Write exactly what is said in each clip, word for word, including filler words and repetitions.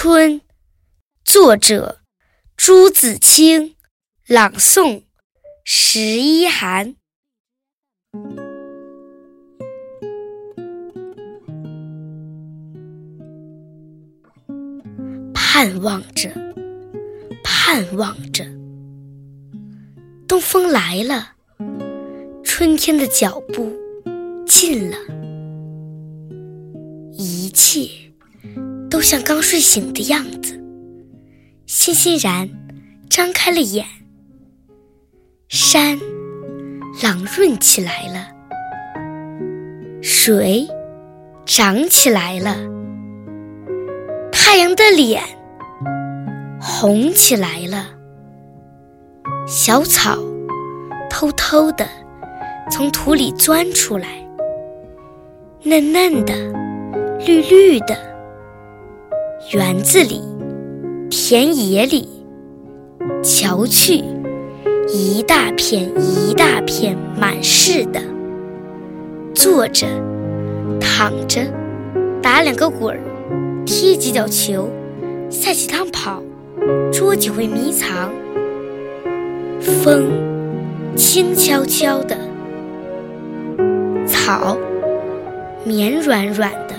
春，作者朱自清，朗诵十一寒。盼望着，盼望着，东风来了，春天的脚步近了，一切都像刚睡醒的样子，欣欣然张开了眼。山朗润起来了，水长起来了，太阳的脸红起来了，小草偷偷地从土里钻出来，嫩嫩的，绿绿的。园子里，田野里，瞧去，一大片一大片满是的，坐着，躺着，打两个滚儿，踢几脚球，赛几趟跑，捉几回迷藏。风轻悄悄的，草绵软软的，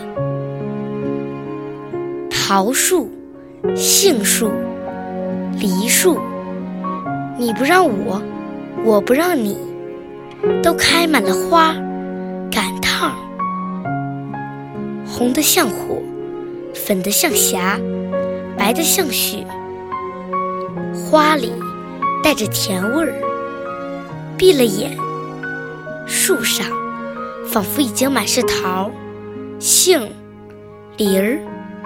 桃树、杏树、梨树，你不让我，我不让你，都开满了花，赶趟，红得像火，粉得像霞，白得像雪。花里带着甜味儿，闭了眼，树上仿佛已经满是桃、杏、梨儿。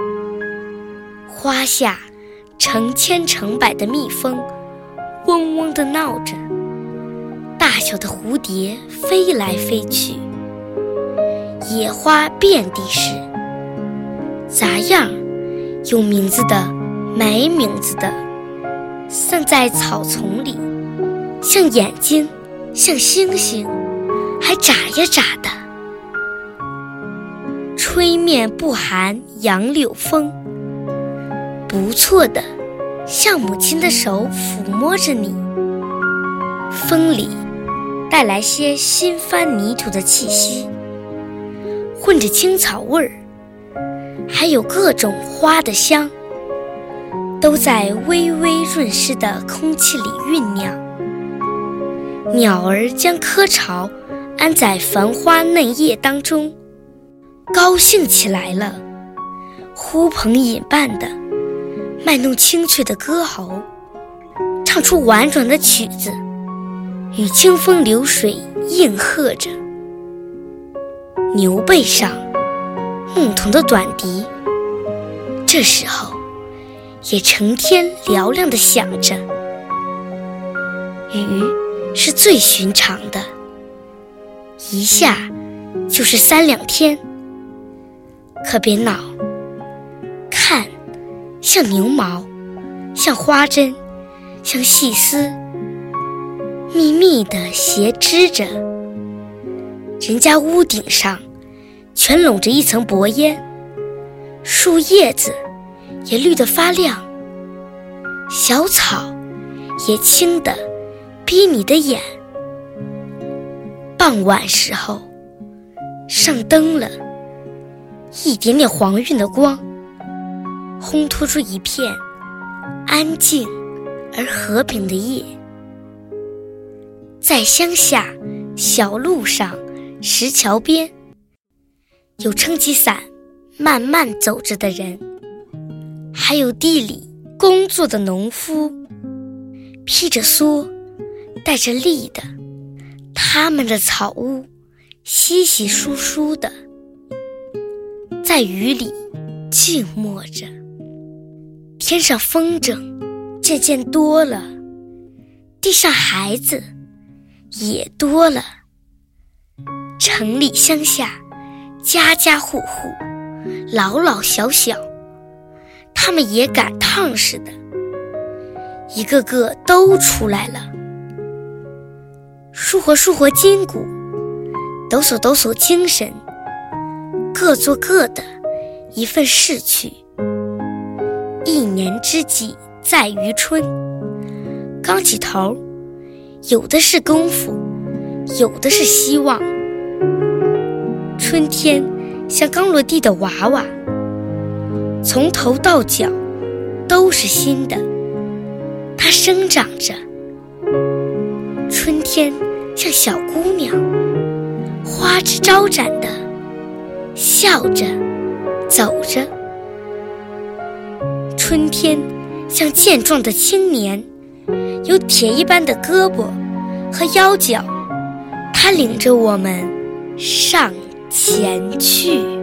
花下成千成百的蜜蜂嗡嗡地闹着，大小的蝴蝶飞来飞去，野花遍地是，杂样有名字的没名字的，散在草丛里，像眼睛，像星星，还眨呀眨的。吹面不寒杨柳风，不错的，像母亲的手抚摸着你。风里带来些新翻泥土的气息，混着青草味儿，还有各种花的香，都在微微润湿的空气里酝酿。鸟儿将窠巢安在繁花嫩叶当中，高兴起来了，呼朋引伴的卖弄清脆的歌喉，唱出婉转的曲子，与清风流水应和着。牛背上牧童的短笛，这时候也成天嘹亮地响着。雨是最寻常的，一下就是三两天，可别恼，看，像牛毛，像花针，像细丝，密密地斜织着。人家屋顶上全笼着一层薄烟，树叶子也绿得发亮，小草也青得逼你的眼。傍晚时候上灯了，一点点黄晕的光烘托出一片安静而和平的夜。在乡下小路上，石桥边，有撑起伞慢慢走着的人，还有地里工作的农夫，披着蓑带着笠的，他们的草屋稀稀疏疏的，在雨里静默着。天上风筝渐渐多了，地上孩子也多了。城里乡下，家家户户，老老小小，他们也赶趟似的，一个个都出来了。舒活舒活筋骨，抖擞抖擞精神，各做各的一份事去。 一年之计在于春。刚起头，有的是功夫，有的是希望。春天像刚落地的娃娃，从头到脚都是新的，它生长着。春天像小姑娘，花枝招展的，笑着走着。春天像健壮的青年，有铁一般的胳膊和腰脚，它领着我们上前去。